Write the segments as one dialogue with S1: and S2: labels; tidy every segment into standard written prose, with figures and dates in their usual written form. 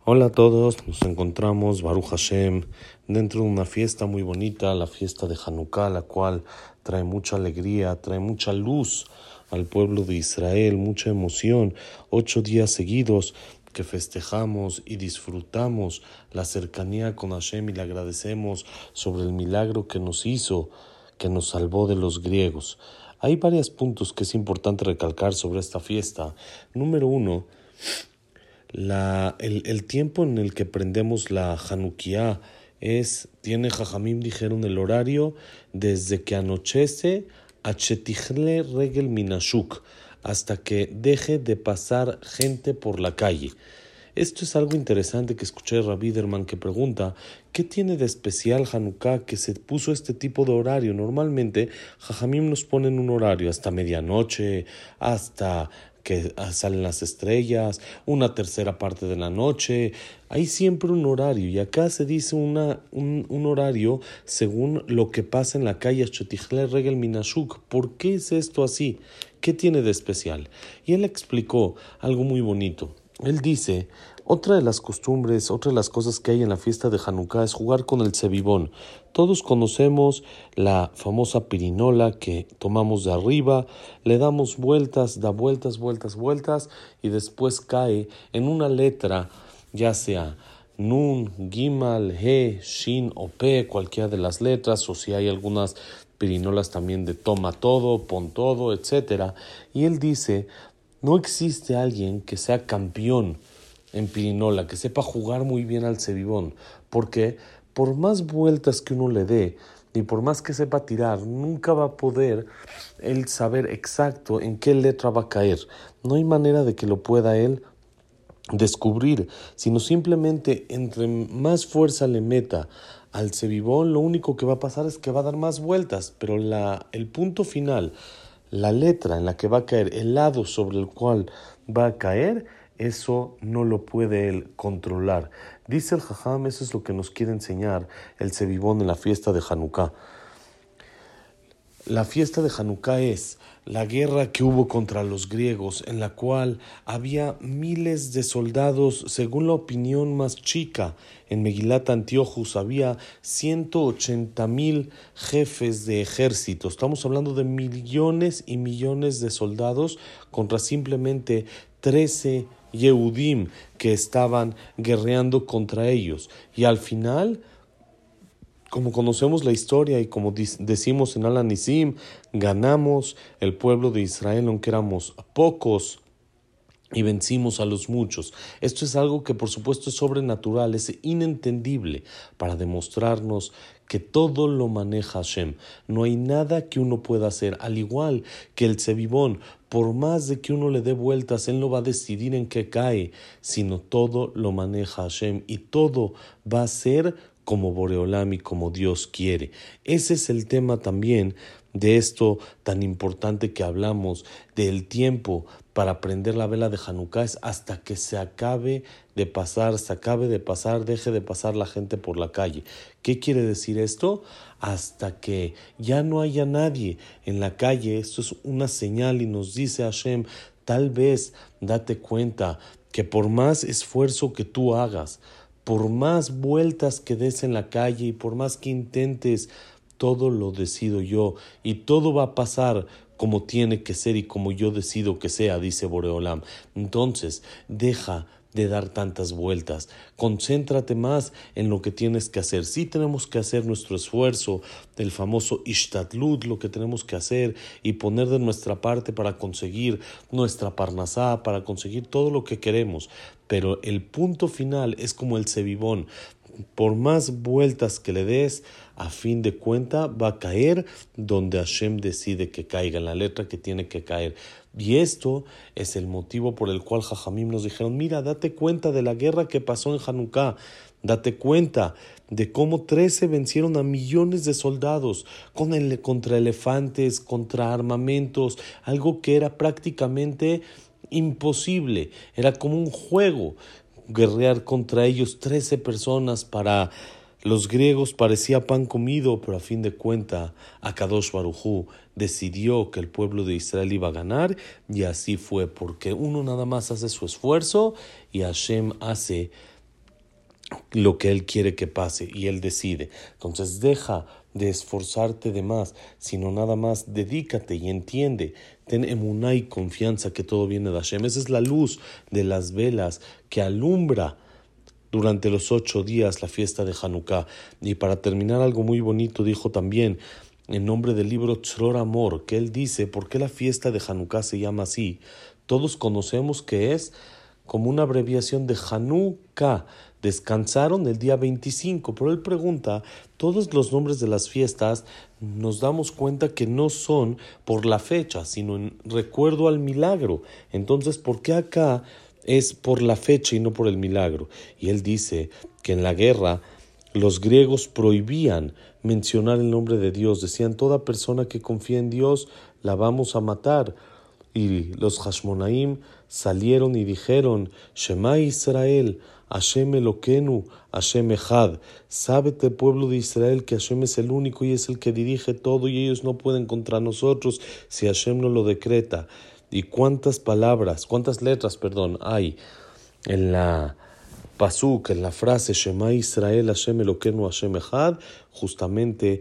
S1: Hola a todos, nos encontramos, Baruch Hashem, dentro de una fiesta muy bonita, la fiesta de Hanukkah, la cual trae mucha alegría, trae mucha luz al pueblo de Israel, mucha emoción. 8 días seguidos que festejamos y disfrutamos la cercanía con Hashem y le agradecemos sobre el milagro que nos hizo, que nos salvó de los griegos. Hay varios puntos que es importante recalcar sobre esta fiesta. Número 1, el tiempo en el que prendemos la Hanukkah Jajamim dijeron el horario desde que anochece a Chetichle Regel Minashuk, hasta que deje de pasar gente por la calle. Esto es algo interesante que escuché de Rabbi Derman, que pregunta, ¿qué tiene de especial Hanukkah que se puso este tipo de horario? Normalmente, Jajamim nos ponen un horario hasta medianoche, hasta que salen las estrellas, una tercera parte de la noche. Hay siempre un horario, y acá se dice un horario según lo que pasa en la calle Shotichle Regel Minashuk. ¿Por qué es esto así? ¿Qué tiene de especial? Y él explicó algo muy bonito. Él dice, otra de las costumbres, otra de las cosas que hay en la fiesta de Hanukkah es jugar con el cebibón. Todos conocemos la famosa pirinola que tomamos de arriba, le damos vueltas, da vueltas, y después cae en una letra, ya sea Nun, Gimal, He, Shin o Pe, cualquiera de las letras, o si hay algunas pirinolas también de toma todo, pon todo, etc. Y él dice, no existe alguien que sea campeón en pirinola, que sepa jugar muy bien al cebibón, porque por más vueltas que uno le dé y por más que sepa tirar, nunca va a poder él saber exacto en qué letra va a caer. No hay manera de que lo pueda él descubrir, sino simplemente entre más fuerza le meta al cebibón, lo único que va a pasar es que va a dar más vueltas, pero el punto final, la letra en la que va a caer, el lado sobre el cual va a caer, eso no lo puede él controlar. Dice el Jajam, eso es lo que nos quiere enseñar el cebibón en la fiesta de Hanukkah. La fiesta de Hanukkah es la guerra que hubo contra los griegos, en la cual había miles de soldados. Según la opinión más chica, en Megilat Antiochus había 180,000 jefes de ejército. Estamos hablando de millones y millones de soldados contra simplemente 13 Yehudim que estaban guerreando contra ellos. Y al final, como conocemos la historia y como decimos en Al-Anisim, ganamos el pueblo de Israel aunque éramos pocos y vencimos a los muchos. Esto es algo que por supuesto es sobrenatural, es inentendible, para demostrarnos que todo lo maneja Hashem. No hay nada que uno pueda hacer, al igual que el cebibón, por más de que uno le dé vueltas, él no va a decidir en qué cae, sino todo lo maneja Hashem y todo va a ser como Boreolam y como Dios quiere. Ese es el tema también de esto tan importante que hablamos, del tiempo para prender la vela de Hanukkah, es hasta que se acabe de pasar, deje de pasar la gente por la calle. ¿Qué quiere decir esto? Hasta que ya no haya nadie en la calle. Esto es una señal y nos dice Hashem, tal vez date cuenta que por más esfuerzo que tú hagas, por más vueltas que des en la calle y por más que intentes, todo lo decido yo y todo va a pasar como tiene que ser y como yo decido que sea, dice Boreolam. Entonces, deja de dar tantas vueltas, concéntrate más en lo que tienes que hacer. Sí tenemos que hacer nuestro esfuerzo, el famoso Ishtadlut, lo que tenemos que hacer y poner de nuestra parte para conseguir nuestra parnasá, para conseguir todo lo que queremos, pero el punto final es como el cebibón. Por más vueltas que le des, a fin de cuenta va a caer donde Hashem decide que caiga, en la letra que tiene que caer. Y esto es el motivo por el cual Jajamim nos dijeron, mira, date cuenta de la guerra que pasó en Hanukkah, date cuenta de cómo 13 vencieron a millones de soldados contra elefantes, contra armamentos, algo que era prácticamente imposible, era como un juego. Guerrear contra ellos 13 personas para los griegos parecía pan comido, pero a fin de cuentas Akadosh Baruj Hu decidió que el pueblo de Israel iba a ganar, y así fue, porque uno nada más hace su esfuerzo y Hashem hace lo que Él quiere que pase y Él decide. Entonces deja de esforzarte de más, sino nada más dedícate y entiende. Ten emuná y confianza que todo viene de Hashem. Esa es la luz de las velas que alumbra durante los 8 días la fiesta de Hanukkah. Y para terminar, algo muy bonito dijo también en nombre del libro Tzror Amor, que él dice, ¿por qué la fiesta de Hanukkah se llama así? Todos conocemos que es como una abreviación de Hanukkah. Descansaron el día 25, pero él pregunta, todos los nombres de las fiestas nos damos cuenta que no son por la fecha, sino en recuerdo al milagro. Entonces, ¿por qué acá es por la fecha y no por el milagro? Y él dice que en la guerra los griegos prohibían mencionar el nombre de Dios. Decían, toda persona que confía en Dios la vamos a matar. Y los Hashmonaim salieron y dijeron, Shema Israel, Hashem Eloquenu, Hashem Echad. Sábete, pueblo de Israel, que Hashem es el único y es el que dirige todo y ellos no pueden contra nosotros si Hashem no lo decreta. ¿Y cuántas letras hay en la pasuk, en la frase Shema Israel, Hashem Eloquenu, Hashem Echad? Justamente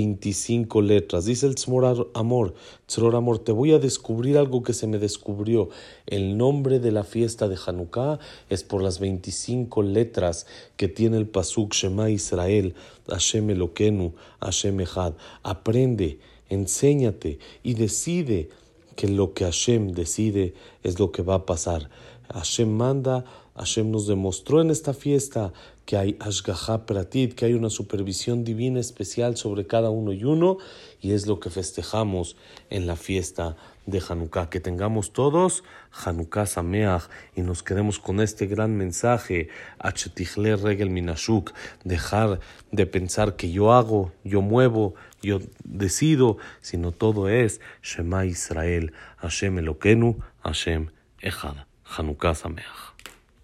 S1: 25 letras. Dice el Tzror Amor, te voy a descubrir algo que se me descubrió. El nombre de la fiesta de Hanukkah es por las 25 letras que tiene el pasuk Shema Israel, Hashem Eloquenu, Hashem Echad. Aprende, enséñate y decide que lo que Hashem decide es lo que va a pasar. Hashem manda, Hashem nos demostró en esta fiesta que hay Ashgaha Pratit, que hay una supervisión divina especial sobre cada uno y uno, y es lo que festejamos en la fiesta de Hanukkah. Que tengamos todos Hanukkah Sameach y nos quedemos con este gran mensaje, Achetichle Regel Minashuk, dejar de pensar que yo hago, yo muevo, yo decido, sino todo es Shema Israel, Hashem Eloquenu, Hashem Echad. Hanukkah Sameach.